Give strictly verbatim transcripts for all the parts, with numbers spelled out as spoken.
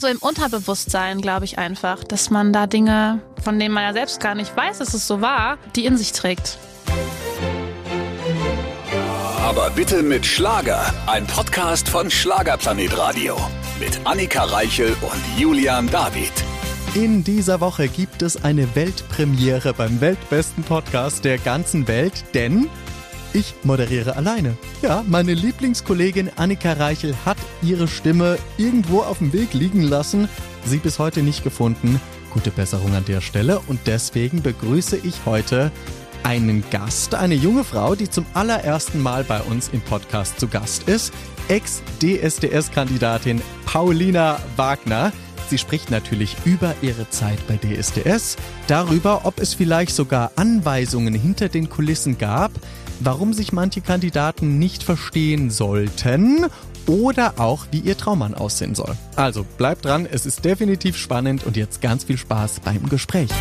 So im Unterbewusstsein glaube ich einfach, dass man da Dinge, von denen man ja selbst gar nicht weiß, dass es so war, die in sich trägt. Aber bitte mit Schlager. Ein Podcast von Schlagerplanet Radio. Mit Annika Reichel und Julian David. In dieser Woche gibt es eine Weltpremiere beim weltbesten Podcast der ganzen Welt, denn ich moderiere alleine. Ja, meine Lieblingskollegin Annika Reichel hat ihre Stimme irgendwo auf dem Weg liegen lassen, sie bis heute nicht gefunden. Gute Besserung an der Stelle und deswegen begrüße ich heute einen Gast, eine junge Frau, die zum allerersten Mal bei uns im Podcast zu Gast ist, Ex-D S D S-Kandidatin Paulina Wagner. Sie spricht natürlich über ihre Zeit bei D S D S, darüber, ob es vielleicht sogar Anweisungen hinter den Kulissen gab, warum sich manche Kandidaten nicht verstehen sollten oder auch, wie ihr Traummann aussehen soll. Also bleibt dran, es ist definitiv spannend und jetzt ganz viel Spaß beim Gespräch.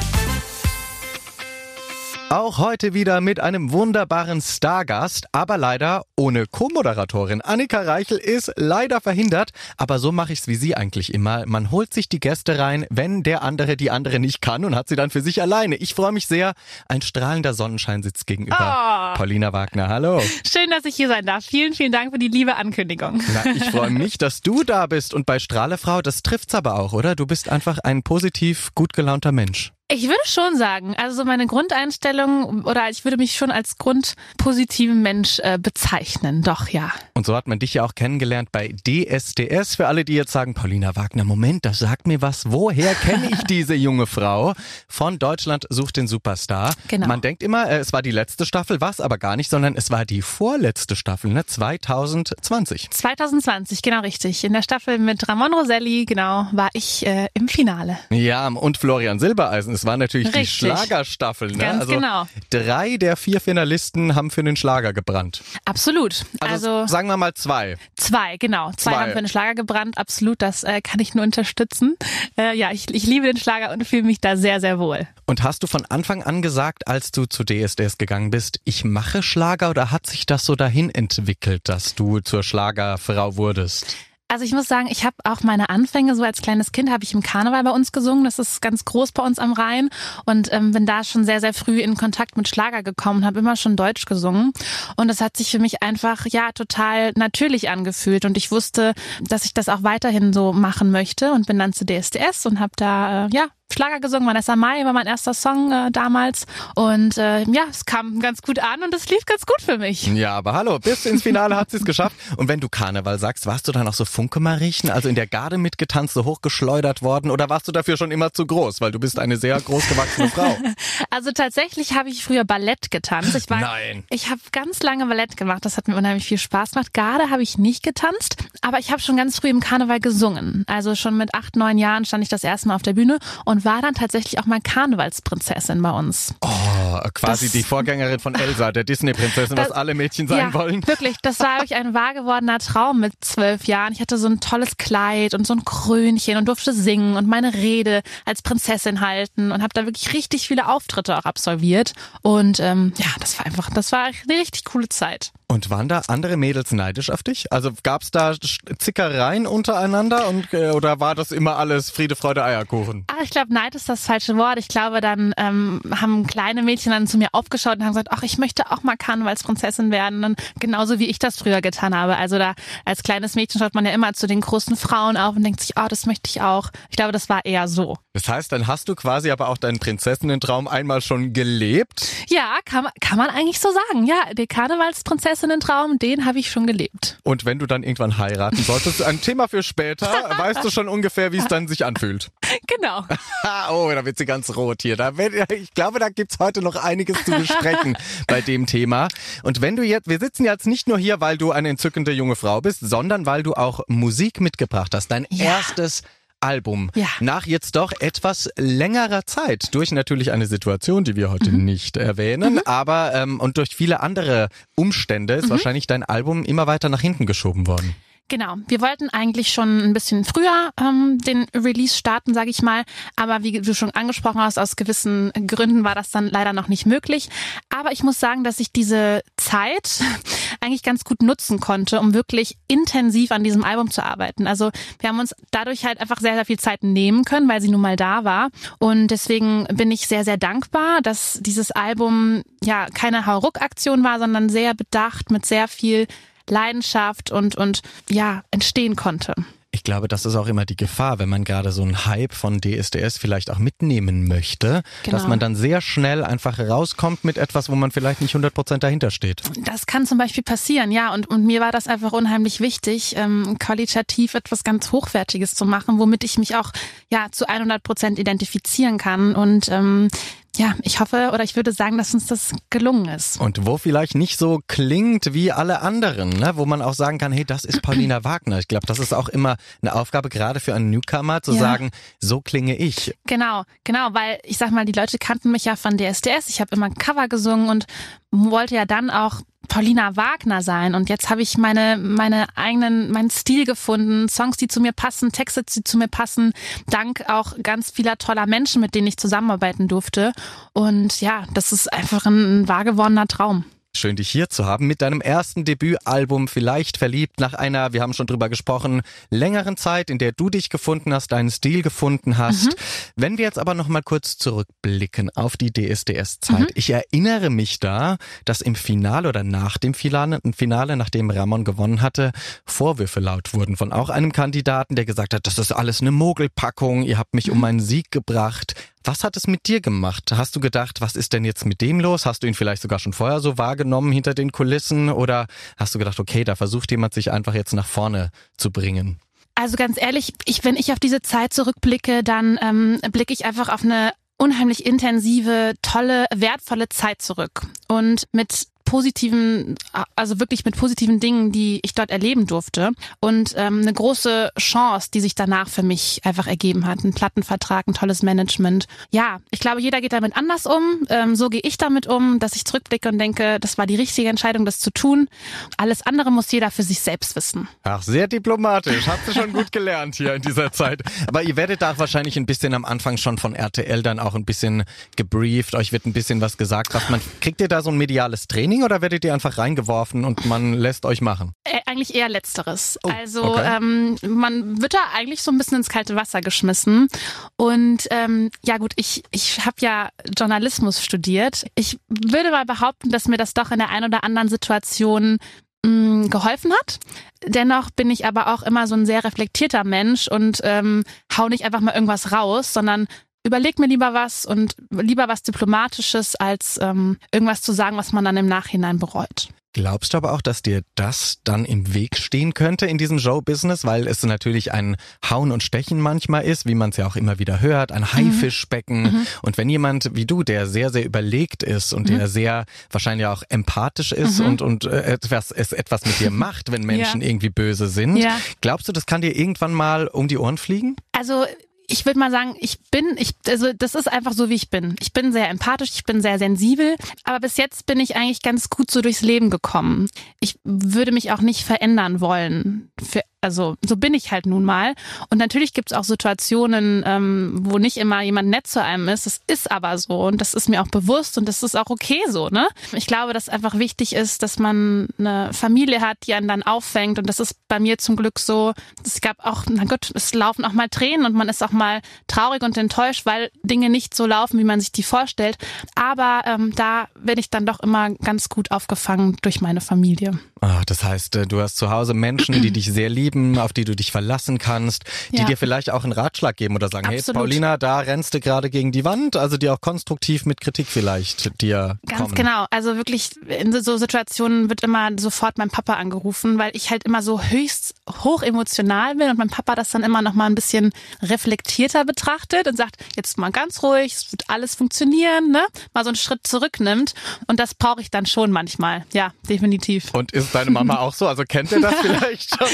Auch heute wieder mit einem wunderbaren Stargast, aber leider ohne Co-Moderatorin. Annika Reichel ist leider verhindert, aber so mache ich es wie sie eigentlich immer. Man holt sich die Gäste rein, wenn der andere die andere nicht kann und hat sie dann für sich alleine. Ich freue mich sehr. Ein strahlender Sonnenschein sitzt gegenüber. Oh. Paulina Wagner, hallo. Schön, dass ich hier sein darf. Vielen, vielen Dank für die liebe Ankündigung. Na, ich freue mich, dass du da bist und bei Strahlefrau, das trifft's aber auch, oder? Du bist einfach ein positiv, gut gelaunter Mensch. Ich würde schon sagen, also so meine Grundeinstellung oder ich würde mich schon als grundpositiven Mensch äh, bezeichnen, doch, ja. Und so hat man dich ja auch kennengelernt bei D S D S. Für alle, die jetzt sagen, Paulina Wagner, Moment, das sagt mir was. Woher kenne ich diese junge Frau? Von Deutschland sucht den Superstar. Genau. Man denkt immer, äh, es war die letzte Staffel, was aber gar nicht, sondern es war die vorletzte Staffel, ne? zwanzig zwanzig. zwanzig zwanzig, genau richtig. In der Staffel mit Ramon Roselli, genau, war ich äh, im Finale. Ja, und Florian Silbereisen. Es war natürlich Richtig. Die Schlagerstaffel. Ne? Ganz also genau. Drei der vier Finalisten haben für den Schlager gebrannt. Absolut. Also, also sagen wir mal zwei. Zwei, genau. Zwei, Zwei. haben für den Schlager gebrannt. Absolut, das äh, kann ich nur unterstützen. Äh, ja, ich, ich liebe den Schlager und fühle mich da sehr, sehr wohl. Und hast du von Anfang an gesagt, als du zu D S D S gegangen bist, ich mache Schlager, oder hat sich das so dahin entwickelt, dass du zur Schlagerfrau wurdest? Also ich muss sagen, ich habe auch meine Anfänge, so als kleines Kind habe ich im Karneval bei uns gesungen, das ist ganz groß bei uns am Rhein und ähm, bin da schon sehr, sehr früh in Kontakt mit Schlager gekommen, habe immer schon Deutsch gesungen und das hat sich für mich einfach, ja, total natürlich angefühlt und ich wusste, dass ich das auch weiterhin so machen möchte und bin dann zu D S D S und habe da, äh, ja, Schlager gesungen. Vanessa Mai war mein erster Song äh, damals und äh, ja, es kam ganz gut an und es lief ganz gut für mich. Ja, aber hallo, bis ins Finale hat sie es geschafft. Und wenn du Karneval sagst, warst du dann auch so Funke-Mariechen, also in der Garde mitgetanzt, so hochgeschleudert worden, oder warst du dafür schon immer zu groß, weil du bist eine sehr großgewachsene Frau? Also tatsächlich habe ich früher Ballett getanzt. Ich war, Nein. Ich habe ganz lange Ballett gemacht, das hat mir unheimlich viel Spaß gemacht. Garde habe ich nicht getanzt, aber ich habe schon ganz früh im Karneval gesungen. Also schon mit acht, neun Jahren stand ich das erste Mal auf der Bühne und war dann tatsächlich auch mal Karnevalsprinzessin bei uns. Oh, quasi das, die Vorgängerin von Elsa, der Disney-Prinzessin, was alle Mädchen sein ja, wollen. Wirklich, das war wirklich ein wahr gewordener Traum mit zwölf Jahren. Ich hatte so ein tolles Kleid und so ein Krönchen und durfte singen und meine Rede als Prinzessin halten und habe da wirklich richtig viele Auftritte auch absolviert. Und ähm, ja, das war einfach, das war eine richtig coole Zeit. Und waren da andere Mädels neidisch auf dich? Also gab's da Zickereien untereinander und äh, oder war das immer alles Friede, Freude, Eierkuchen? Ah, ich glaube, Neid ist das falsche Wort. Ich glaube, dann ähm, haben kleine Mädchen dann zu mir aufgeschaut und haben gesagt, ach, ich möchte auch mal Karnevalsprinzessin werden. Und genauso wie ich das früher getan habe. Also da als kleines Mädchen schaut man ja immer zu den großen Frauen auf und denkt sich, oh, das möchte ich auch. Ich glaube, das war eher so. Das heißt, dann hast du quasi aber auch deinen Prinzessinnentraum einmal schon gelebt? Ja, kann man, kann man eigentlich so sagen. Ja, der Karnevalsprinzessinnen-Traum, den habe ich schon gelebt. Und wenn du dann irgendwann heiraten solltest, ein Thema für später, weißt du schon ungefähr, wie es dann sich anfühlt? Genau. Oh, da wird sie ganz rot hier. Da wird, ich glaube, da gibt's heute noch einiges zu besprechen bei dem Thema. Und wenn du jetzt, wir sitzen jetzt nicht nur hier, weil du eine entzückende junge Frau bist, sondern weil du auch Musik mitgebracht hast. Dein ja. erstes Album. Ja. Nach jetzt doch etwas längerer Zeit. Durch natürlich eine Situation, die wir heute mhm. nicht erwähnen, mhm. aber ähm, und durch viele andere Umstände ist mhm. wahrscheinlich dein Album immer weiter nach hinten geschoben worden. Genau, wir wollten eigentlich schon ein bisschen früher ähm, den Release starten, sage ich mal, aber wie du schon angesprochen hast, aus gewissen Gründen war das dann leider noch nicht möglich. Aber ich muss sagen, dass ich diese Zeit eigentlich ganz gut nutzen konnte, um wirklich intensiv an diesem Album zu arbeiten. Also wir haben uns dadurch halt einfach sehr, sehr viel Zeit nehmen können, weil sie nun mal da war. Und deswegen bin ich sehr, sehr dankbar, dass dieses Album ja keine Hauruck-Aktion war, sondern sehr bedacht mit sehr viel Leidenschaft und, und ja, entstehen konnte. Ich glaube, das ist auch immer die Gefahr, wenn man gerade so einen Hype von D S D S vielleicht auch mitnehmen möchte, genau. dass man dann sehr schnell einfach rauskommt mit etwas, wo man vielleicht nicht hundert Prozent dahinter steht. Das kann zum Beispiel passieren, ja. Und, und mir war das einfach unheimlich wichtig, ähm, qualitativ etwas ganz Hochwertiges zu machen, womit ich mich auch ja zu hundert Prozent identifizieren kann. Und ähm, ja, ich hoffe oder ich würde sagen, dass uns das gelungen ist. Und wo vielleicht nicht so klingt wie alle anderen, ne? Wo man auch sagen kann, hey, das ist Paulina Wagner. Ich glaube, das ist auch immer eine Aufgabe, gerade für einen Newcomer, zu ja. sagen, so klinge ich. Genau, genau, weil ich sag mal, die Leute kannten mich ja von D S D S. Ich habe immer ein Cover gesungen und wollte ja dann auch Paulina Wagner sein und jetzt habe ich meine meine eigenen meinen Stil gefunden, Songs, die zu mir passen, Texte, die zu mir passen, dank auch ganz vieler toller Menschen, mit denen ich zusammenarbeiten durfte und ja, das ist einfach ein, ein wahr gewordener Traum. Schön, dich hier zu haben mit deinem ersten Debütalbum Vielleicht verliebt nach einer, wir haben schon drüber gesprochen, längeren Zeit, in der du dich gefunden hast, deinen Stil gefunden hast. Mhm. Wenn wir jetzt aber noch mal kurz zurückblicken auf die D S D S-Zeit. Mhm. Ich erinnere mich da, dass im Finale oder nach dem Finale, im Finale, nachdem Ramon gewonnen hatte, Vorwürfe laut wurden von auch einem Kandidaten, der gesagt hat, das ist alles eine Mogelpackung, ihr habt mich mhm. um meinen Sieg gebracht. Was hat es mit dir gemacht? Hast du gedacht, was ist denn jetzt mit dem los? Hast du ihn vielleicht sogar schon vorher so wahrgenommen hinter den Kulissen? Oder hast du gedacht, okay, da versucht jemand sich einfach jetzt nach vorne zu bringen? Also ganz ehrlich, ich, wenn ich auf diese Zeit zurückblicke, dann ähm, blicke ich einfach auf eine unheimlich intensive, tolle, wertvolle Zeit zurück. Und mit positiven, also wirklich mit positiven Dingen, die ich dort erleben durfte und ähm, eine große Chance, die sich danach für mich einfach ergeben hat. Ein Plattenvertrag, ein tolles Management. Ja, ich glaube, jeder geht damit anders um. Ähm, so gehe ich damit um, dass ich zurückblicke und denke, das war die richtige Entscheidung, das zu tun. Alles andere muss jeder für sich selbst wissen. Ach, sehr diplomatisch. Habt ihr schon gut gelernt hier in dieser Zeit. Aber ihr werdet da wahrscheinlich ein bisschen am Anfang schon von R T L dann auch ein bisschen gebrieft. Euch wird ein bisschen was gesagt. Was man, kriegt ihr da so ein mediales Training? Oder werdet ihr einfach reingeworfen und man lässt euch machen? Äh, eigentlich eher Letzteres. Oh, also okay. ähm, man wird da eigentlich so ein bisschen ins kalte Wasser geschmissen. Und ähm, ja gut, ich ich habe ja Journalismus studiert. Ich würde mal behaupten, dass mir das doch in der einen oder anderen Situation mh, geholfen hat. Dennoch bin ich aber auch immer so ein sehr reflektierter Mensch und ähm, hau nicht einfach mal irgendwas raus, sondern überleg mir lieber was und lieber was Diplomatisches, als ähm, irgendwas zu sagen, was man dann im Nachhinein bereut. Glaubst du aber auch, dass dir das dann im Weg stehen könnte in diesem Show-Business, weil es natürlich ein Hauen und Stechen manchmal ist, wie man es ja auch immer wieder hört, ein Haifischbecken. Mhm. Und wenn jemand wie du, der sehr, sehr überlegt ist und mhm. der sehr wahrscheinlich auch empathisch ist mhm. und, und äh, etwas, es etwas mit dir macht, wenn Menschen ja. irgendwie böse sind, ja. glaubst du, das kann dir irgendwann mal um die Ohren fliegen? Also ich würde mal sagen, ich bin, ich, also das ist einfach so, wie ich bin. Ich bin sehr empathisch, ich bin sehr sensibel, aber bis jetzt bin ich eigentlich ganz gut so durchs Leben gekommen. Ich würde mich auch nicht verändern wollen. Für, also so bin ich halt nun mal. Und natürlich gibt es auch Situationen, ähm, wo nicht immer jemand nett zu einem ist. Das ist aber so und das ist mir auch bewusst und das ist auch okay so, ne? Ich glaube, dass einfach wichtig ist, dass man eine Familie hat, die einen dann auffängt und das ist bei mir zum Glück so. Es gab auch, na gut, es laufen auch mal Tränen und man ist auch mal traurig und enttäuscht, weil Dinge nicht so laufen, wie man sich die vorstellt. Aber ähm, da bin ich dann doch immer ganz gut aufgefangen durch meine Familie. Ah, das heißt, du hast zu Hause Menschen, die dich sehr lieben, auf die du dich verlassen kannst, die ja. dir vielleicht auch einen Ratschlag geben oder sagen, Absolut. hey Paulina, da rennst du gerade gegen die Wand, also die auch konstruktiv mit Kritik vielleicht dir Ganz kommen. genau, also wirklich in so Situationen wird immer sofort mein Papa angerufen, weil ich halt immer so höchst hoch emotional bin und mein Papa das dann immer noch mal ein bisschen reflektierter betrachtet und sagt, jetzt mal ganz ruhig, es wird alles funktionieren, ne? Mal so einen Schritt zurücknimmt und das brauche ich dann schon manchmal, ja, definitiv. Und ist deine Mama auch so? Also kennt ihr das vielleicht schon von der Mama?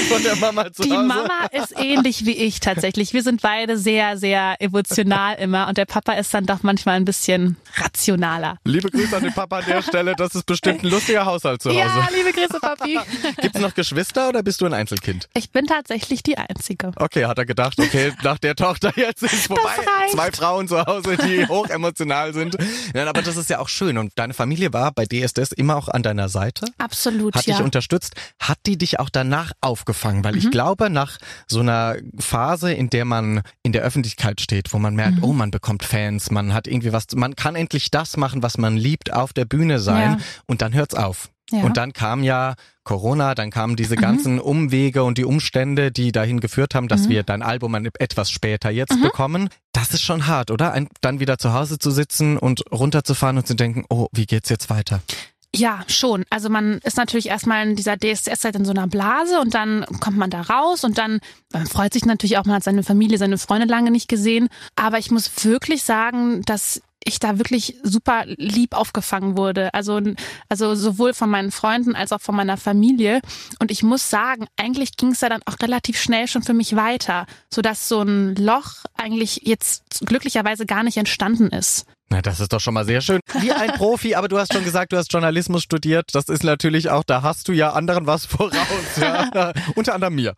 Mama zu Die Hause? Mama ist ähnlich wie ich tatsächlich. Wir sind beide sehr, sehr emotional immer und der Papa ist dann doch manchmal ein bisschen rationaler. Liebe Grüße an den Papa an der Stelle. Das ist bestimmt ein lustiger Haushalt zu Hause. Ja, liebe Grüße, Papi. Gibt's noch Geschwister oder bist du ein Einzelkind? Ich bin tatsächlich die Einzige. Okay, hat er gedacht, okay, nach der Tochter jetzt ist es vorbei. reicht. Zwei Frauen zu Hause, die hochemotional sind. Nein, aber das ist ja auch schön. Und deine Familie war bei D S D S immer auch an deiner Seite? Absolut, Hat ja. dich unterstützt? Hat die dich auch danach aufgefangen? Weil mhm. ich glaube, nach so einer Phase, in der man in der Öffentlichkeit steht, wo man merkt, mhm. oh, man bekommt Fans, man hat irgendwie was, man kann endlich das machen, was man liebt, auf der Bühne sein Ja. und dann hört's auf. Ja. Und dann kam ja Corona, dann kamen diese ganzen mhm. Umwege und die Umstände, die dahin geführt haben, dass mhm. wir dein Album etwas später jetzt mhm. bekommen. Das ist schon hart, oder? Ein, dann wieder zu Hause zu sitzen und runterzufahren und zu denken, oh, wie geht's jetzt weiter? Ja, schon. Also man ist natürlich erstmal in dieser D S D S-Zeit in so einer Blase und dann kommt man da raus und dann man freut sich natürlich auch, man hat seine Familie, seine Freunde lange nicht gesehen. Aber ich muss wirklich sagen, dass ich da wirklich super lieb aufgefangen wurde. Also, also sowohl von meinen Freunden als auch von meiner Familie. Und ich muss sagen, eigentlich ging es da dann auch relativ schnell schon für mich weiter, sodass so ein Loch eigentlich jetzt glücklicherweise gar nicht entstanden ist. Na, das ist doch schon mal sehr schön. Wie ein Profi, aber du hast schon gesagt, du hast Journalismus studiert. Das ist natürlich auch, da hast du ja anderen was voraus. Ja. Unter anderem mir.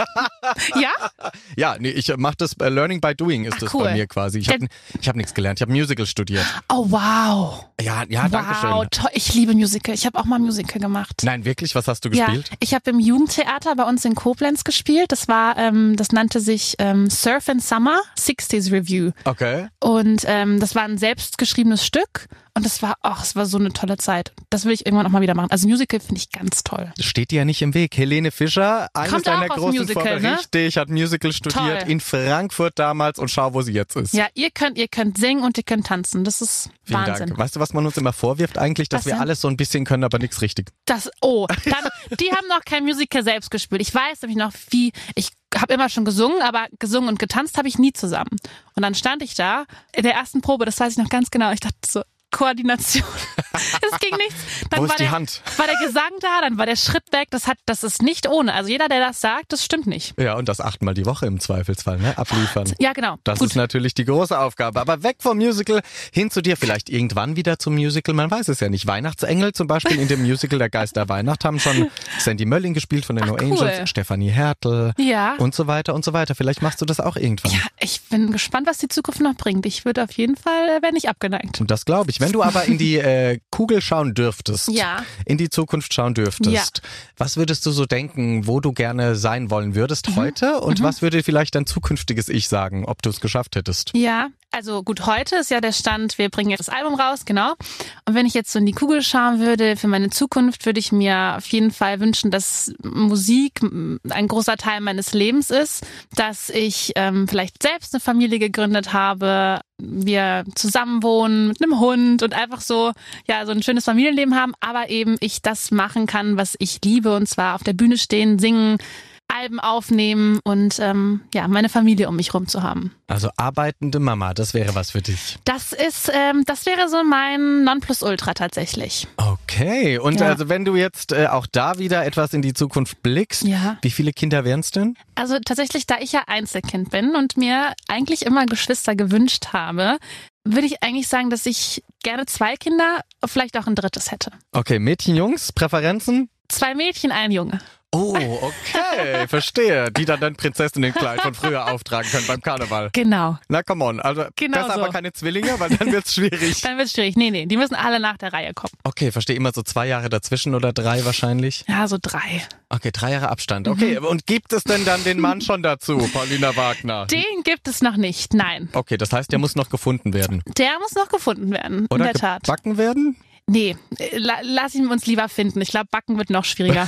Ja? Ja, nee, ich mache das, uh, Learning by Doing ist Ach, das cool. bei mir quasi. Ich habe ich hab nichts gelernt, ich habe Musical studiert. Oh, wow. Ja, ja, danke schön. Wow, toll. Ich liebe Musical. Ich habe auch mal Musical gemacht. Nein, wirklich? Was hast du gespielt? Ja, ich habe im Jugendtheater bei uns in Koblenz gespielt. Das war, ähm, das nannte sich ähm, Surf and Summer sixties Review. Okay. Und ähm, das war ein selbstgeschriebenes Stück. Und das war, ach, es war so eine tolle Zeit. Das will ich irgendwann auch mal wieder machen. Also Musical finde ich ganz toll. Steht dir ja nicht im Weg. Helene Fischer, eines Kommt deiner auch aus großen Musical, Vorbilder. ne? Richtig, hat Musical studiert Toll. in Frankfurt damals und schau, wo sie jetzt ist. Ja, ihr könnt, ihr könnt singen und ihr könnt tanzen. Das ist Vielen Wahnsinn. Dank. Weißt du, was man uns immer vorwirft eigentlich? Dass Was wir denn? alles so ein bisschen können, aber nichts richtig. Das, oh, dann, die haben noch kein Musical selbst gespielt. Ich weiß nämlich noch, wie, ich habe immer schon gesungen, aber gesungen und getanzt habe ich nie zusammen. Und dann stand ich da in der ersten Probe, das weiß ich noch ganz genau. Ich dachte so, Koordination. Es ging nichts. Dann Wo ist war die der, Hand? war der Gesang da, dann war der Schritt weg. Das hat, das ist nicht ohne. Also jeder, der das sagt, das stimmt nicht. Ja, und das achtmal die Woche im Zweifelsfall, ne? Abliefern. Ja, genau. Das Gut. ist natürlich die große Aufgabe. Aber weg vom Musical, hin zu dir. Vielleicht irgendwann wieder zum Musical. Man weiß es ja nicht. Weihnachtsengel zum Beispiel in dem Musical Der Geist der Weihnacht haben schon Sandy Mölling gespielt von den Ach, No cool. Angels, Stefanie Hertel Ja. und so weiter und so weiter. Vielleicht machst du das auch irgendwann. Ja, ich bin gespannt, was die Zukunft noch bringt. Ich würde auf jeden Fall, äh, wäre nicht abgeneigt. Und das glaube ich. Wenn du aber in die äh, Kugel schauen dürftest, Ja. in die Zukunft schauen dürftest, Ja. was würdest du so denken, wo du gerne sein wollen würdest mhm. heute? Und mhm. was würde vielleicht dein zukünftiges Ich sagen, ob du es geschafft hättest? Ja, also gut, heute ist ja der Stand, wir bringen jetzt das Album raus, genau. Und wenn ich jetzt so in die Kugel schauen würde, für meine Zukunft würde ich mir auf jeden Fall wünschen, dass Musik ein großer Teil meines Lebens ist, dass ich ähm, vielleicht selbst eine Familie gegründet habe, wir zusammen wohnen mit einem Hund und einfach so, ja, so ein schönes Familienleben haben, aber eben ich das machen kann, was ich liebe, und zwar auf der Bühne stehen, singen, Alben aufnehmen und ähm, ja, meine Familie um mich rum zu haben. Also arbeitende Mama, das wäre was für dich. Das ist, ähm, das wäre so mein Nonplusultra tatsächlich. Okay, und Ja. also wenn du jetzt äh, auch da wieder etwas in die Zukunft blickst, Ja. wie viele Kinder wären es denn? Also tatsächlich, da ich ja Einzelkind bin und mir eigentlich immer Geschwister gewünscht habe, würde ich eigentlich sagen, dass ich gerne zwei Kinder, vielleicht auch ein drittes hätte. Okay, Mädchen, Jungs, Präferenzen? Zwei Mädchen, ein Junge. Oh, okay, verstehe. Die dann ein Prinzessinnenkleid von früher auftragen können beim Karneval. Genau. Na, come on. Also, Genau besser so. aber keine Zwillinge, weil dann wird's schwierig. Dann wird's schwierig. Nee, nee, die müssen alle nach der Reihe kommen. Okay, verstehe. Immer so zwei Jahre dazwischen oder drei wahrscheinlich. Ja, so drei. Okay, drei Jahre Abstand. Okay, Mhm. und gibt es denn dann den Mann schon dazu, Paulina Wagner? Den gibt es noch nicht, nein. Okay, das heißt, der muss noch gefunden werden. Der muss noch gefunden werden, Oder in der Tat. gebacken werden? Nee, la lass ihn uns lieber finden. Ich glaube, backen wird noch schwieriger.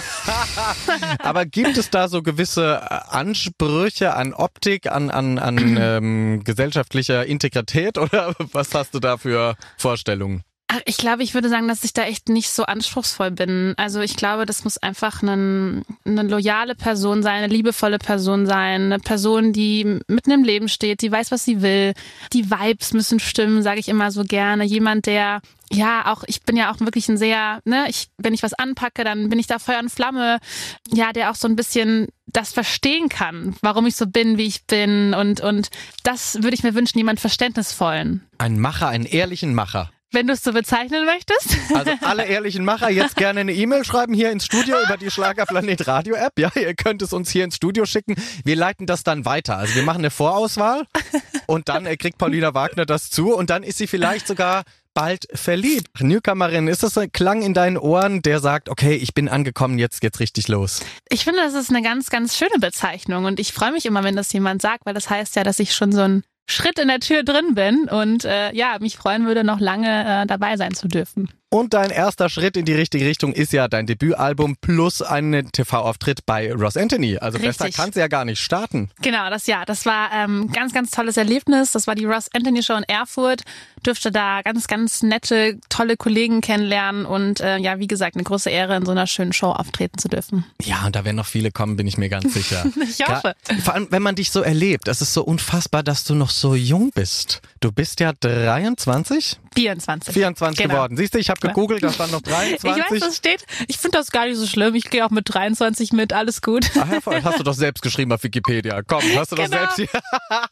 Aber gibt es da so gewisse äh, Ansprüche an Optik, an, an, an ähm, gesellschaftlicher Integrität oder was hast du da für Vorstellungen? Ach, ich glaube, ich würde sagen, dass ich da echt nicht so anspruchsvoll bin. Also ich glaube, das muss einfach eine, eine loyale Person sein, eine liebevolle Person sein, eine Person, die mitten im Leben steht, die weiß, was sie will. Die Vibes müssen stimmen, sage ich immer so gerne. Jemand, der ja, auch, ich bin ja auch wirklich ein sehr, ne, ich, wenn ich was anpacke, dann bin ich da Feuer und Flamme. Ja, der auch so ein bisschen das verstehen kann, warum ich so bin, wie ich bin. Und, und das würde ich mir wünschen, jemand Verständnisvollen. Ein Macher, einen ehrlichen Macher. Wenn du es so bezeichnen möchtest. Also alle ehrlichen Macher jetzt gerne eine E-Mail schreiben hier ins Studio über die Schlagerplanet Radio App. Ja, ihr könnt es uns hier ins Studio schicken. Wir leiten das dann weiter. Also wir machen eine Vorauswahl und dann kriegt Paulina Wagner das zu und dann ist sie vielleicht sogar bald verliebt. Newcomerin, ist das ein Klang in deinen Ohren, der sagt, okay, ich bin angekommen, jetzt geht's richtig los? Ich finde, das ist eine ganz, ganz schöne Bezeichnung und ich freue mich immer, wenn das jemand sagt, weil das heißt ja, dass ich schon so ein Schritt in der Tür drin bin und äh, ja, mich freuen würde, noch lange äh, dabei sein zu dürfen. Und dein erster Schritt in die richtige Richtung ist ja dein Debütalbum plus ein T V-Auftritt bei Ross Anthony. Also Richtig. Besser kannst du ja gar nicht starten. Genau, das ja, das war ähm, ganz, ganz tolles Erlebnis. Das war die Ross Anthony Show in Erfurt. Dürfte da ganz, ganz nette, tolle Kollegen kennenlernen und äh, ja, wie gesagt, eine große Ehre, in so einer schönen Show auftreten zu dürfen. Ja, und da werden noch viele kommen, bin ich mir ganz sicher. Ich hoffe. Ja, vor allem, wenn man dich so erlebt, es ist so unfassbar, dass du noch so jung bist. Du bist ja dreiundzwanzig? vierundzwanzig. vierundzwanzig genau. geworden. Siehst du, ich habe gegoogelt, da stand noch dreiundzwanzig. Ich weiß, was steht. Ich finde das gar nicht so schlimm. Ich gehe auch mit dreiundzwanzig mit, alles gut. Ach, hervorragend. Hast du doch selbst geschrieben auf Wikipedia. Komm, hast du Genau. doch selbst hier.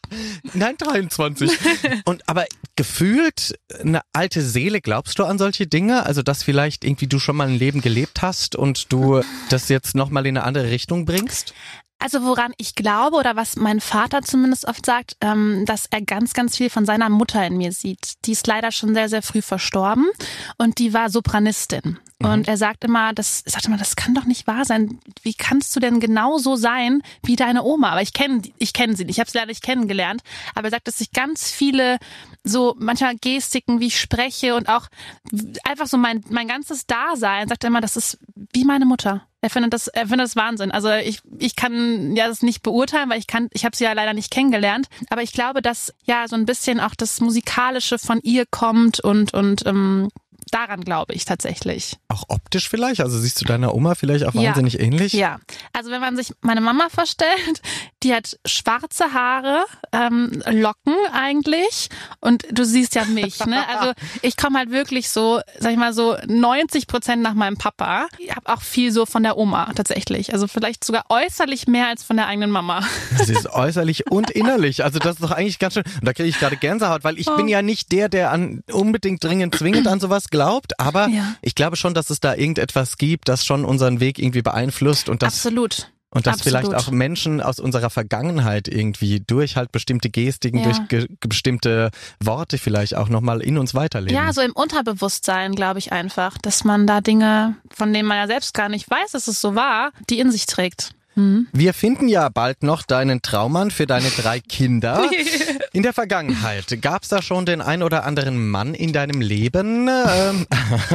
Nein, dreiundzwanzig. Und aber gefühlt eine alte Seele, glaubst du an solche Dinge? Also, dass vielleicht irgendwie du schon mal ein Leben gelebt hast und du das jetzt nochmal in eine andere Richtung bringst? Also woran ich glaube oder was mein Vater zumindest oft sagt, ähm, dass er ganz, ganz viel von seiner Mutter in mir sieht. Die ist leider schon sehr, sehr früh verstorben und die war Sopranistin. Mhm. Und er sagt immer, das sagt immer, das kann doch nicht wahr sein. Wie kannst du denn genauso sein wie deine Oma? Aber ich kenne ich kenne sie nicht, ich habe sie leider nicht kennengelernt. Aber er sagt, dass ich ganz viele so manchmal Gestiken, wie ich spreche und auch einfach so mein mein ganzes Dasein, sagt er immer, das ist wie meine Mutter. Er findet das, er findet das Wahnsinn. Also ich, ich kann ja das nicht beurteilen, weil ich kann, ich habe sie ja leider nicht kennengelernt. Aber ich glaube, dass ja so ein bisschen auch das Musikalische von ihr kommt und und ähm, daran glaube ich tatsächlich. Auch optisch vielleicht? Also siehst du deiner Oma vielleicht auch wahnsinnig ja. ähnlich? Ja, also wenn man sich meine Mama vorstellt, die hat schwarze Haare, ähm, Locken eigentlich und du siehst ja mich, ne? Also ich komme halt wirklich so, sag ich mal so neunzig Prozent nach meinem Papa. Ich habe auch viel so von der Oma tatsächlich, also vielleicht sogar äußerlich mehr als von der eigenen Mama. Das ist äußerlich und innerlich, also das ist doch eigentlich ganz schön. Und da kriege ich gerade Gänsehaut, weil ich oh. bin ja nicht der, der an unbedingt dringend zwingend an sowas glaubt, aber ja. ich glaube schon, dass es da irgendetwas gibt, das schon unseren Weg irgendwie beeinflusst und das Absolut. Und dass Absolut. vielleicht auch Menschen aus unserer Vergangenheit irgendwie durch halt bestimmte Gestiken, ja. durch ge- bestimmte Worte vielleicht auch nochmal in uns weiterleben. Ja, so im Unterbewusstsein glaube ich einfach, dass man da Dinge, von denen man ja selbst gar nicht weiß, dass es so war, die in sich trägt. Mhm. Wir finden ja bald noch deinen Traummann für deine drei Kinder. In der Vergangenheit, gab es da schon den ein oder anderen Mann in deinem Leben? Ähm,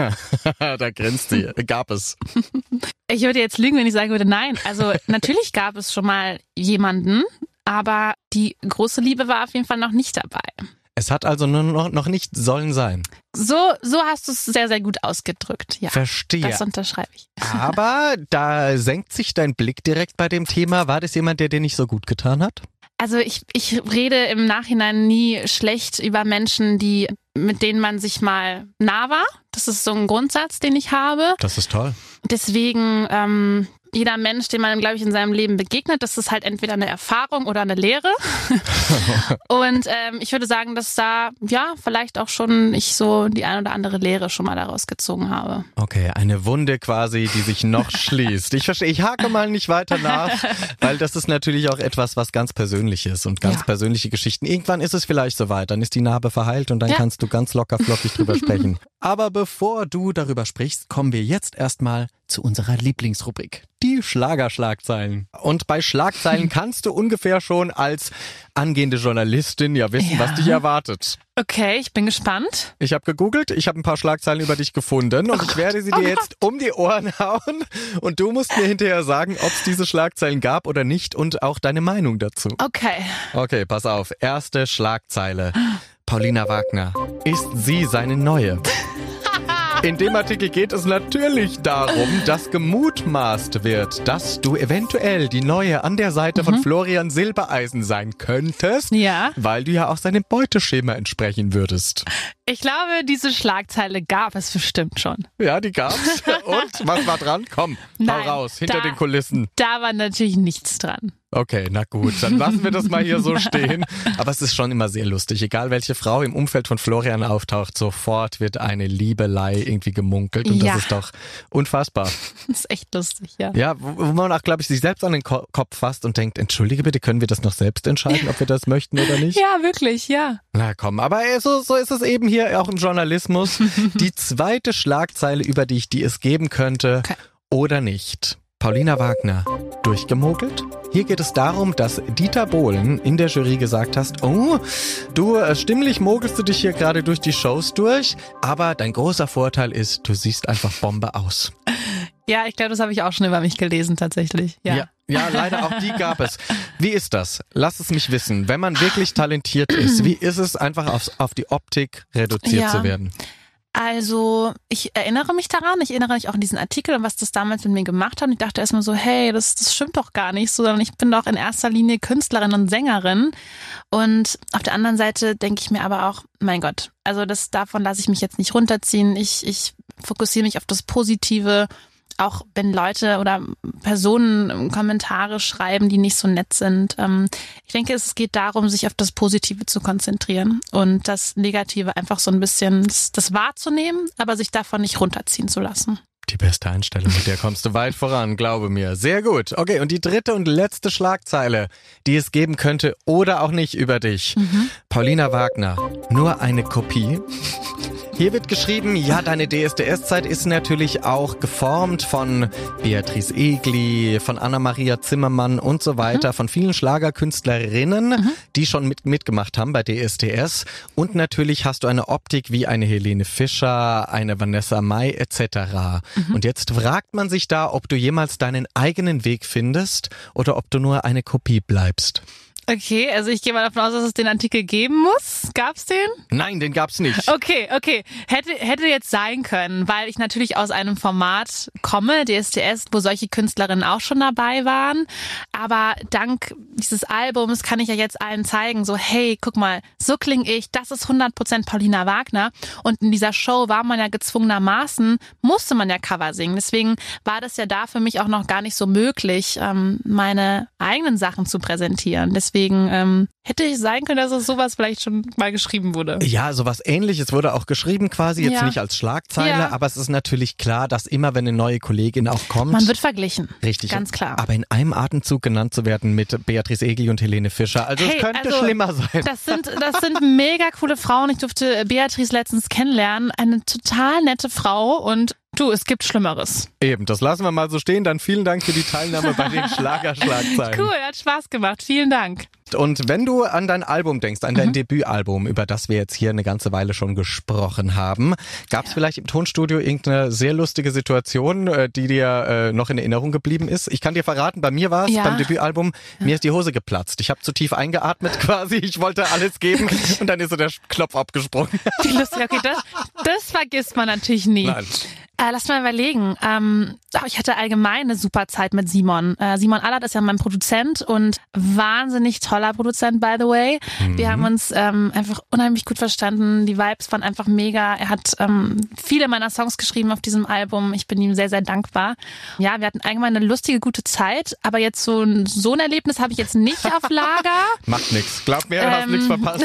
da grinst sie. Gab es? Ich würde jetzt lügen, wenn ich sagen würde, nein. Also natürlich gab es schon mal jemanden, aber die große Liebe war auf jeden Fall noch nicht dabei. Es hat also nur noch, noch nicht sollen sein. So, so hast du es sehr, sehr gut ausgedrückt. Ja, verstehe. Das unterschreibe ich. Aber da senkt sich dein Blick direkt bei dem Thema. War das jemand, der dir nicht so gut getan hat? Also ich, ich rede im Nachhinein nie schlecht über Menschen, die mit denen man sich mal nah war. Das ist so ein Grundsatz, den ich habe. Das ist toll. Deswegen, ähm, jeder Mensch, dem man, glaube ich, in seinem Leben begegnet, das ist halt entweder eine Erfahrung oder eine Lehre. Und ähm, ich würde sagen, dass da, ja, vielleicht auch schon ich so die ein oder andere Lehre schon mal daraus gezogen habe. Okay, eine Wunde quasi, die sich noch schließt. Ich verstehe, ich hake mal nicht weiter nach, weil das ist natürlich auch etwas, was ganz persönlich ist und ganz ja. persönliche Geschichten. Irgendwann ist es vielleicht soweit, dann ist die Narbe verheilt und dann ja. kannst du ganz locker flockig drüber sprechen. Aber bevor du darüber sprichst, kommen wir jetzt erstmal zu unserer Lieblingsrubrik, die Schlagerschlagzeilen. Und bei Schlagzeilen kannst du ungefähr schon als angehende Journalistin ja wissen, ja. was dich erwartet. Okay, ich bin gespannt. Ich habe gegoogelt, ich habe ein paar Schlagzeilen über dich gefunden und oh ich werde sie dir oh jetzt um die Ohren hauen und du musst mir hinterher sagen, ob es diese Schlagzeilen gab oder nicht und auch deine Meinung dazu. Okay. Okay, pass auf. Erste Schlagzeile. Paulina Wagner. Ist sie seine Neue? In dem Artikel geht es natürlich darum, dass gemutmaßt wird, dass du eventuell die Neue an der Seite mhm. von Florian Silbereisen sein könntest, ja. weil du ja auch seinem Beuteschema entsprechen würdest. Ich glaube, diese Schlagzeile gab es bestimmt schon. Ja, die gab's. Und, was war dran? Komm, Nein, hau raus, hinter da, den Kulissen. Da war natürlich nichts dran. Okay, na gut, dann lassen wir das mal hier so stehen. Aber es ist schon immer sehr lustig. Egal welche Frau im Umfeld von Florian auftaucht, sofort wird eine Liebelei irgendwie gemunkelt. Und ja. das ist doch unfassbar. Das ist echt lustig, ja. Ja, wo man auch, glaube ich, sich selbst an den Ko- Kopf fasst und denkt, entschuldige bitte, können wir das noch selbst entscheiden, ob wir das möchten oder nicht? Ja, wirklich, ja. Na komm, aber so, so ist es eben hier auch im Journalismus. Die zweite Schlagzeile, über die ich die es geben könnte okay. oder nicht. Paulina Wagner, durchgemogelt? Hier geht es darum, dass Dieter Bohlen in der Jury gesagt hast, oh, du äh, stimmlich mogelst du dich hier gerade durch die Shows durch, aber dein großer Vorteil ist, du siehst einfach Bombe aus. Ja, ich glaube, das habe ich auch schon über mich gelesen tatsächlich. Ja. ja. Ja, leider auch die gab es. Wie ist das? Lass es mich wissen. Wenn man wirklich talentiert ist, wie ist es einfach auf, auf die Optik reduziert ja. zu werden? Also ich erinnere mich daran, ich erinnere mich auch an diesen Artikel und was das damals mit mir gemacht hat. Und ich dachte erstmal so, hey, das, das stimmt doch gar nicht, sondern ich bin doch in erster Linie Künstlerin und Sängerin. Und auf der anderen Seite denke ich mir aber auch, mein Gott, also das davon lasse ich mich jetzt nicht runterziehen. Ich, ich fokussiere mich auf das Positive. Auch wenn Leute oder Personen Kommentare schreiben, die nicht so nett sind. Ich denke, es geht darum, sich auf das Positive zu konzentrieren und das Negative einfach so ein bisschen das wahrzunehmen, aber sich davon nicht runterziehen zu lassen. Die beste Einstellung, mit der kommst du weit voran, glaube mir. Sehr gut. Okay, und die dritte und letzte Schlagzeile, die es geben könnte oder auch nicht über dich. Mhm. Paulina Wagner, nur eine Kopie. Hier wird geschrieben, ja, deine D S D S-Zeit ist natürlich auch geformt von Beatrice Egli, von Anna-Maria Zimmermann und so weiter, mhm. von vielen Schlagerkünstlerinnen, mhm. die schon mit, mitgemacht haben bei D S D S. Und natürlich hast du eine Optik wie eine Helene Fischer, eine Vanessa Mai et cetera. Mhm. Und jetzt fragt man sich da, ob du jemals deinen eigenen Weg findest oder ob du nur eine Kopie bleibst. Okay, also ich gehe mal davon aus, dass es den Artikel geben muss. Gab's den? Nein, den gab's nicht. Okay, okay. Hätte hätte jetzt sein können, weil ich natürlich aus einem Format komme, D S D S, wo solche Künstlerinnen auch schon dabei waren. Aber dank dieses Albums kann ich ja jetzt allen zeigen, so hey, guck mal, so klinge ich, das ist hundert Prozent Paulina Wagner. Und in dieser Show war man ja gezwungenermaßen, musste man ja Cover singen. Deswegen war das ja da für mich auch noch gar nicht so möglich, meine eigenen Sachen zu präsentieren. Deswegen ähm, hätte ich sein können, dass es sowas vielleicht schon mal geschrieben wurde. Ja, sowas Ähnliches wurde auch geschrieben quasi, jetzt ja. nicht als Schlagzeile, ja. aber es ist natürlich klar, dass immer, wenn eine neue Kollegin auch kommt... Man wird verglichen. Richtig. Ganz klar. Aber in einem Atemzug genannt zu werden mit Beatrice Egli und Helene Fischer, also hey, es könnte also, schlimmer sein. Das sind, das sind mega coole Frauen. Ich durfte Beatrice letztens kennenlernen. Eine total nette Frau und du, es gibt Schlimmeres. Eben, das lassen wir mal so stehen. Dann vielen Dank für die Teilnahme bei den Schlagerschlagzeilen. Cool, hat Spaß gemacht. Vielen Dank. Und wenn du an dein Album denkst, an dein mhm. Debütalbum, über das wir jetzt hier eine ganze Weile schon gesprochen haben, gab es ja. vielleicht im Tonstudio irgendeine sehr lustige Situation, die dir äh, noch in Erinnerung geblieben ist? Ich kann dir verraten, bei mir war es, ja. beim Debütalbum, ja. mir ist die Hose geplatzt. Ich habe zu tief eingeatmet quasi, ich wollte alles geben und dann ist so der Knopf abgesprungen. Wie lustig, okay, das, das vergisst man natürlich nie. Nein. Äh, lass mal überlegen. Ähm, ich hatte allgemein eine super Zeit mit Simon. Äh, Simon Allert ist ja mein Produzent und wahnsinnig toller Produzent, by the way. Mhm. Wir haben uns ähm, einfach unheimlich gut verstanden. Die Vibes waren einfach mega. Er hat ähm, viele meiner Songs geschrieben auf diesem Album. Ich bin ihm sehr, sehr dankbar. Ja, wir hatten allgemein eine lustige, gute Zeit. Aber jetzt so ein, so ein Erlebnis habe ich jetzt nicht auf Lager. Macht nix. Glaub mir, du ähm, hast nichts verpasst.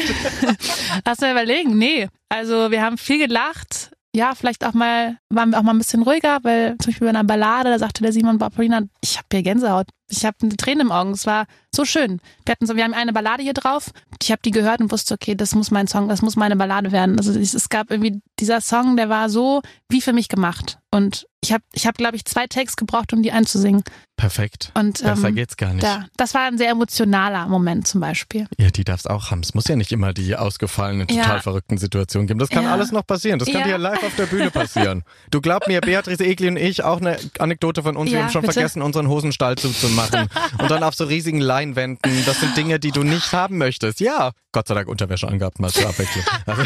Lass mal überlegen. Nee. Also wir haben viel gelacht. Ja, vielleicht auch mal, waren wir auch mal ein bisschen ruhiger, weil zum Beispiel bei einer Ballade, da sagte der Simon, Paulina, ich habe hier Gänsehaut. Ich habe eine Träne im Augen. Es war so schön. Wir hatten so, wir haben eine Ballade hier drauf. Ich habe die gehört und wusste, okay, das muss mein Song, das muss meine Ballade werden. Also es gab irgendwie dieser Song, der war so wie für mich gemacht. Und ich habe, ich habe, glaube ich, zwei Takes gebraucht, um die einzusingen. Perfekt. Und, besser ähm, geht's gar nicht. Da, das war ein sehr emotionaler Moment zum Beispiel. Ja, die darf's auch haben. Es muss ja nicht immer die ausgefallenen, total ja. verrückten Situationen geben. Das kann ja. alles noch passieren. Das kann ja. dir live auf der Bühne passieren. Du glaub mir, Beatrice Egli und ich, auch eine Anekdote von uns, ja, wir haben schon bitte? vergessen, unseren Hosenstall zuzumachen. machen und dann auf so riesigen Leinwänden. Das sind Dinge, die du nicht haben möchtest. Ja, Gott sei Dank Unterwäsche angehabt, mal zur Abwechslung.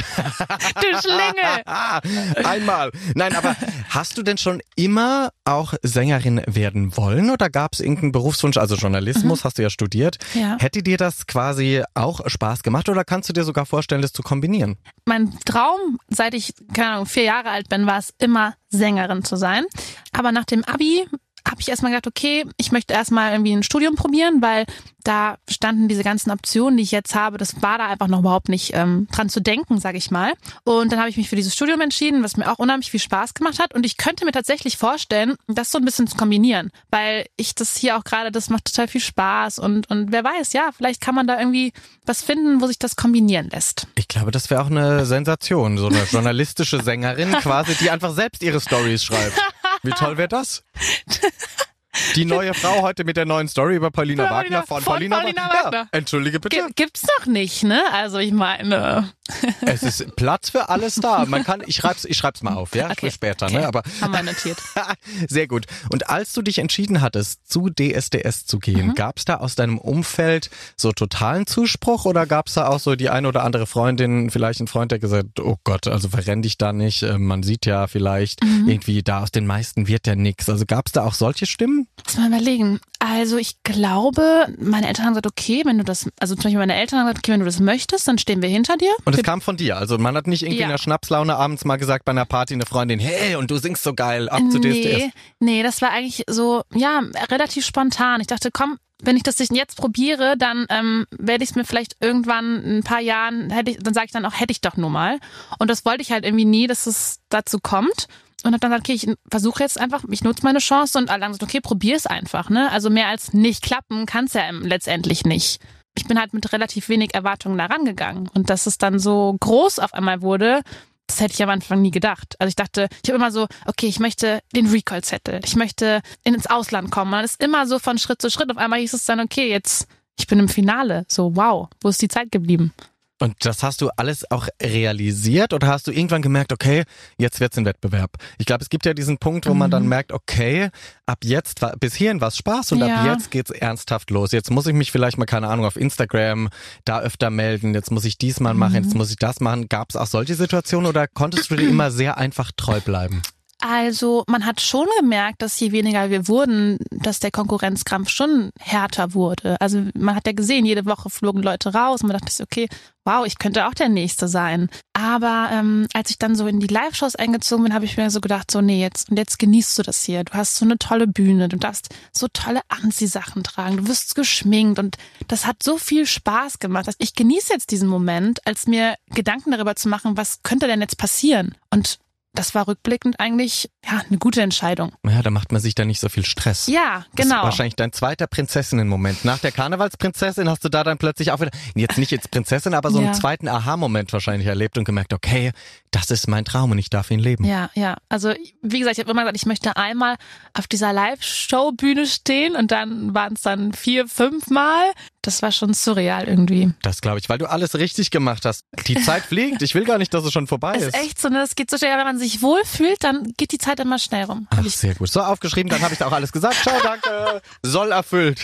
Du Schlingel! Einmal. Nein, aber hast du denn schon immer auch Sängerin werden wollen oder gab es irgendeinen Berufswunsch? Also Journalismus, mhm. hast du ja studiert. Ja. Hätte dir das quasi auch Spaß gemacht oder kannst du dir sogar vorstellen, das zu kombinieren? Mein Traum, seit ich, keine Ahnung, vier Jahre alt bin, war es immer, Sängerin zu sein. Aber nach dem Abi habe ich erstmal gedacht, okay, ich möchte erstmal irgendwie ein Studium probieren, weil da standen diese ganzen Optionen, die ich jetzt habe, das war da einfach noch überhaupt nicht ähm, dran zu denken, sage ich mal. Und dann habe ich mich für dieses Studium entschieden, was mir auch unheimlich viel Spaß gemacht hat. Und ich könnte mir tatsächlich vorstellen, das so ein bisschen zu kombinieren, weil ich das hier auch gerade, das macht total viel Spaß. Und, und wer weiß, ja, vielleicht kann man da irgendwie was finden, wo sich das kombinieren lässt. Ich glaube, das wäre auch eine Sensation, so eine journalistische Sängerin quasi, die einfach selbst ihre Storys schreibt. Wie toll wäre das? Die neue Frau heute mit der neuen Story über Paulina Paulina, Wagner von, von Paulina, Paulina Wagner. Wagner. Ja, entschuldige bitte. G- gibt's doch nicht, ne? Also ich meine. Es ist Platz für alles da. Man kann, ich schreib's, ich schreib's mal auf, ja, okay. für später, okay. ne? Aber haben wir notiert. Sehr gut. Und als du dich entschieden hattest, zu D S D S zu gehen, mhm. gab's da aus deinem Umfeld so totalen Zuspruch oder gab's da auch so die eine oder andere Freundin, vielleicht ein Freund, der gesagt hat, oh Gott, also verrenn dich da nicht. Man sieht ja vielleicht mhm. irgendwie da aus den meisten wird ja nix. Also gab's da auch solche Stimmen? Lass mal überlegen. Also ich glaube, meine Eltern haben gesagt, okay, wenn du das, also zum Beispiel meine Eltern haben gesagt, okay, wenn du das möchtest, dann stehen wir hinter dir. Und es kam von dir, also man hat nicht irgendwie ja. in der Schnapslaune abends mal gesagt bei einer Party eine Freundin, hey, und du singst so geil, ab zu nee, D S D S. Nee, das war eigentlich so, ja, relativ spontan. Ich dachte, komm, wenn ich das jetzt probiere, dann ähm, werde ich es mir vielleicht irgendwann in ein paar Jahren, hätte ich, dann sage ich dann auch, hätte ich doch nur mal. Und das wollte ich halt irgendwie nie, dass es dazu kommt. Und habe dann gesagt, okay, ich versuche jetzt einfach, ich nutze meine Chance und alle haben gesagt, okay, probier es einfach, ne? Also mehr als nicht klappen kann es ja letztendlich nicht. Ich bin halt mit relativ wenig Erwartungen da rangegangen. Und dass es dann so groß auf einmal wurde, das hätte ich am Anfang nie gedacht. Also ich dachte, ich habe immer so, okay, ich möchte den Recall-Zettel, ich möchte ins Ausland kommen. Man ist immer so von Schritt zu Schritt. Auf einmal hieß es dann, okay, jetzt, ich bin im Finale. So, wow, wo ist die Zeit geblieben? Und das hast du alles auch realisiert oder hast du irgendwann gemerkt, okay, jetzt wird's ein Wettbewerb? Ich glaube, es gibt ja diesen Punkt, wo mhm. man dann merkt, okay, ab jetzt, war, bis hierhin war's Spaß und ja. ab jetzt geht's ernsthaft los. Jetzt muss ich mich vielleicht mal, keine Ahnung, auf Instagram da öfter melden, jetzt muss ich dies mal machen, mhm. jetzt muss ich das machen. Gab's auch solche Situationen oder konntest du dir immer sehr einfach treu bleiben? Also man hat schon gemerkt, dass je weniger wir wurden, dass der Konkurrenzkampf schon härter wurde. Also man hat ja gesehen, jede Woche flogen Leute raus und man dachte sich, okay, wow, ich könnte auch der Nächste sein. Aber ähm, als ich dann so in die Live-Shows eingezogen bin, habe ich mir so gedacht, so nee, jetzt und jetzt genießt du das hier. Du hast so eine tolle Bühne, du darfst so tolle Anziehsachen tragen, du wirst geschminkt und das hat so viel Spaß gemacht. Ich genieße jetzt diesen Moment, als mir Gedanken darüber zu machen, was könnte denn jetzt passieren? Und das war rückblickend eigentlich ja eine gute Entscheidung. Ja, da macht man sich dann nicht so viel Stress. Ja, genau. Das ist wahrscheinlich dein zweiter Prinzessinnen-Moment. Nach der Karnevalsprinzessin hast du da dann plötzlich auch wieder, jetzt nicht jetzt Prinzessin, aber so ja. einen zweiten Aha-Moment wahrscheinlich erlebt und gemerkt, okay, das ist mein Traum und ich darf ihn leben. Ja, ja. Also wie gesagt, ich habe immer gesagt, ich möchte einmal auf dieser Live-Show-Bühne stehen und dann waren es dann vier, fünf Mal. Das war schon surreal irgendwie. Das glaube ich, weil du alles richtig gemacht hast. Die Zeit fliegt. Ich will gar nicht, dass es schon vorbei ist. Es ist echt so, ne? Das geht so schnell. Wenn man sich wohlfühlt, dann geht die Zeit immer schnell rum. Ach, sehr gut. So, aufgeschrieben, dann habe ich da auch alles gesagt. Ciao, danke. Soll erfüllt.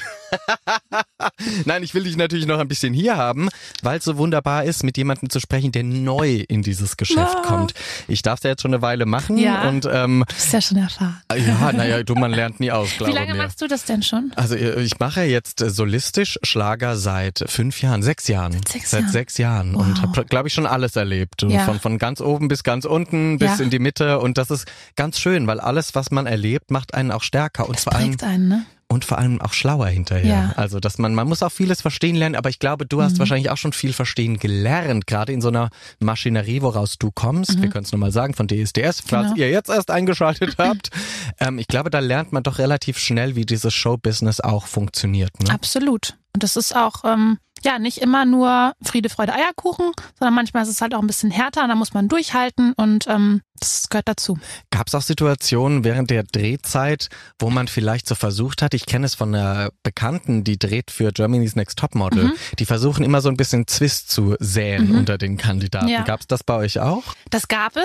Nein, ich will dich natürlich noch ein bisschen hier haben, weil es so wunderbar ist, mit jemandem zu sprechen, der neu in dieses Geschäft oh. kommt. Ich darf es ja jetzt schon eine Weile machen. Ja, und, ähm, du bist ja schon erfahren. Ja, naja, du, man lernt nie aus, glaube ich. Wie lange mir. machst du das denn schon? Also ich mache jetzt solistisch Schlager seit fünf Jahren, sechs Jahren. Seit sechs seit Jahren. sechs Jahren Wow. und habe, glaube ich, schon alles erlebt. Ja. Von, von ganz oben bis ganz unten, bis ja. in die Mitte. Und das ist ganz schön, weil alles, was man erlebt, macht einen auch stärker. Und das vor allem prägt einen, ne? Und vor allem auch schlauer hinterher. Ja. Also, dass man, man muss auch vieles verstehen lernen, aber ich glaube, du hast mhm. wahrscheinlich auch schon viel verstehen gelernt, gerade in so einer Maschinerie, woraus du kommst. Mhm. Wir können es nur mal sagen, von D S D S, falls genau. ihr jetzt erst eingeschaltet habt. Ähm, ich glaube, da lernt man doch relativ schnell, wie dieses Showbusiness auch funktioniert. Ne? Absolut. Und das ist auch, ähm, ja, nicht immer nur Friede, Freude, Eierkuchen, sondern manchmal ist es halt auch ein bisschen härter und da muss man durchhalten und ähm, das gehört dazu. Gab es auch Situationen während der Drehzeit, wo man vielleicht so versucht hat, ich kenne es von einer Bekannten, die dreht für Germany's Next Topmodel, mhm. die versuchen immer so ein bisschen Zwist zu säen mhm. unter den Kandidaten. Ja. Gab es das bei euch auch? Das gab es.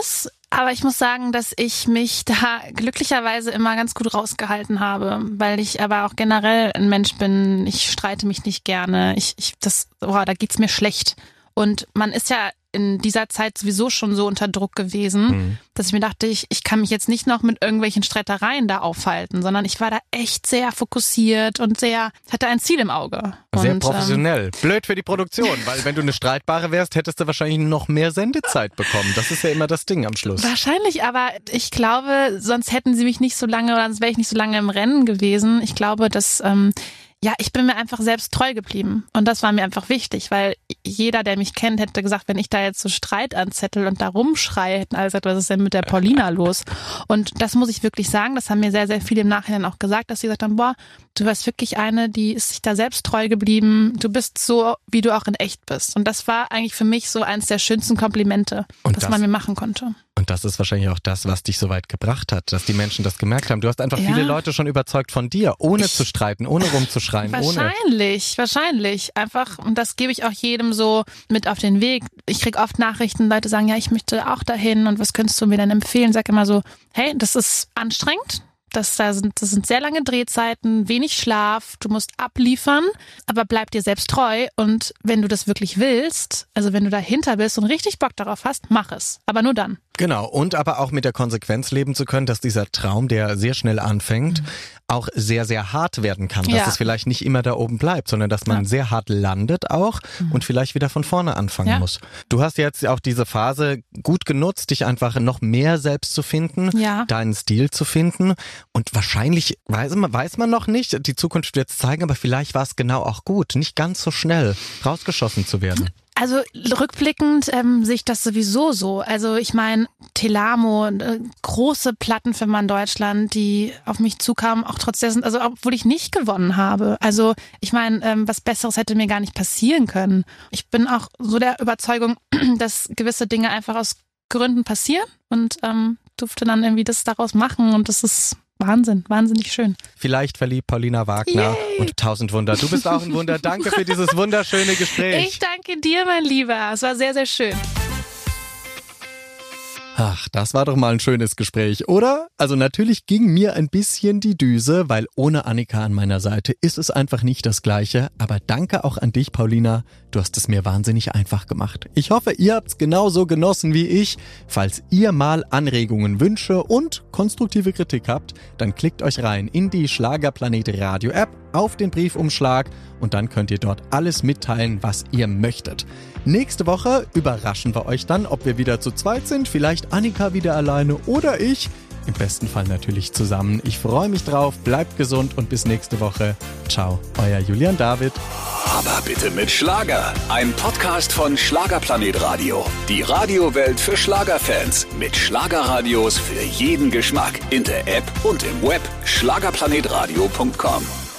Aber ich muss sagen, dass ich mich da glücklicherweise immer ganz gut rausgehalten habe, weil ich aber auch generell ein Mensch bin. Ich streite mich nicht gerne. Ich, ich, das, oh, da geht's mir schlecht. Und man ist ja in dieser Zeit sowieso schon so unter Druck gewesen, mhm. dass ich mir dachte, ich, ich kann mich jetzt nicht noch mit irgendwelchen Streitereien da aufhalten, sondern ich war da echt sehr fokussiert und sehr, hatte ein Ziel im Auge. Sehr und, professionell. Ähm, Blöd für die Produktion, weil wenn du eine Streitbare wärst, hättest du wahrscheinlich noch mehr Sendezeit bekommen. Das ist ja immer das Ding am Schluss. Wahrscheinlich, aber ich glaube, sonst hätten sie mich nicht so lange oder sonst wäre ich nicht so lange im Rennen gewesen. Ich glaube, dass ähm, ja, ich bin mir einfach selbst treu geblieben. Und das war mir einfach wichtig, weil jeder, der mich kennt, hätte gesagt, wenn ich da jetzt so Streit anzettel und da rumschreie, hätten alle gesagt, was ist denn mit der Paulina los? Und das muss ich wirklich sagen, das haben mir sehr, sehr viele im Nachhinein auch gesagt, dass sie gesagt haben, boah, du warst wirklich eine, die ist sich da selbst treu geblieben. Du bist so, wie du auch in echt bist. Und das war eigentlich für mich so eines der schönsten Komplimente, und das, das man mir machen konnte. Und das ist wahrscheinlich auch das, was dich so weit gebracht hat, dass die Menschen das gemerkt haben. Du hast einfach ja. viele Leute schon überzeugt von dir, ohne ich, zu streiten, ohne rumzuschreien. Wahrscheinlich, ohne. wahrscheinlich. Einfach, und das gebe ich auch jedem so mit auf den Weg. Ich kriege oft Nachrichten, Leute sagen, ja, ich möchte auch dahin und was könntest du mir denn empfehlen? Sag immer so, hey, das ist anstrengend. Das, da sind, das sind sehr lange Drehzeiten, wenig Schlaf, du musst abliefern, aber bleib dir selbst treu und wenn du das wirklich willst, also wenn du dahinter bist und richtig Bock darauf hast, mach es, aber nur dann. Genau, und aber auch mit der Konsequenz leben zu können, dass dieser Traum, der sehr schnell anfängt, mhm. auch sehr, sehr hart werden kann. Dass ja. es vielleicht nicht immer da oben bleibt, sondern dass man ja. sehr hart landet auch mhm. und vielleicht wieder von vorne anfangen ja. muss. Du hast jetzt auch diese Phase gut genutzt, dich einfach noch mehr selbst zu finden, ja. deinen Stil zu finden. Und wahrscheinlich weiß man, weiß man noch nicht, die Zukunft wird es zeigen, aber vielleicht war es genau auch gut, nicht ganz so schnell rausgeschossen zu werden. Also rückblickend ähm, sehe ich das sowieso so. Also ich meine, Telamo, äh, große Plattenfirma in Deutschland, die auf mich zukamen, auch trotz dessen, also obwohl ich nicht gewonnen habe. Also ich meine, ähm, was Besseres hätte mir gar nicht passieren können. Ich bin auch so der Überzeugung, dass gewisse Dinge einfach aus Gründen passieren und ähm, durfte dann irgendwie das daraus machen und das ist Wahnsinn, wahnsinnig schön. Vielleicht verliebt Paulina Wagner Yay. Und tausend Wunder. Du bist auch ein Wunder. Danke für dieses wunderschöne Gespräch. Ich danke dir, mein Lieber. Es war sehr, sehr schön. Ach, das war doch mal ein schönes Gespräch, oder? Also natürlich ging mir ein bisschen die Düse, weil ohne Annika an meiner Seite ist es einfach nicht das Gleiche. Aber danke auch an dich, Paulina. Du hast es mir wahnsinnig einfach gemacht. Ich hoffe, ihr habt's genauso genossen wie ich. Falls ihr mal Anregungen, Wünsche und konstruktive Kritik habt, dann klickt euch rein in die Schlagerplanet Radio App auf den Briefumschlag und dann könnt ihr dort alles mitteilen, was ihr möchtet. Nächste Woche überraschen wir euch dann, ob wir wieder zu zweit sind, vielleicht Annika wieder alleine oder ich. Im besten Fall natürlich zusammen. Ich freue mich drauf, bleibt gesund und bis nächste Woche. Ciao, euer Julian David. Aber bitte mit Schlager. Ein Podcast von Schlagerplanet Radio. Die Radiowelt für Schlagerfans. Mit Schlagerradios für jeden Geschmack. In der App und im Web. schlagerplanetradio punkt com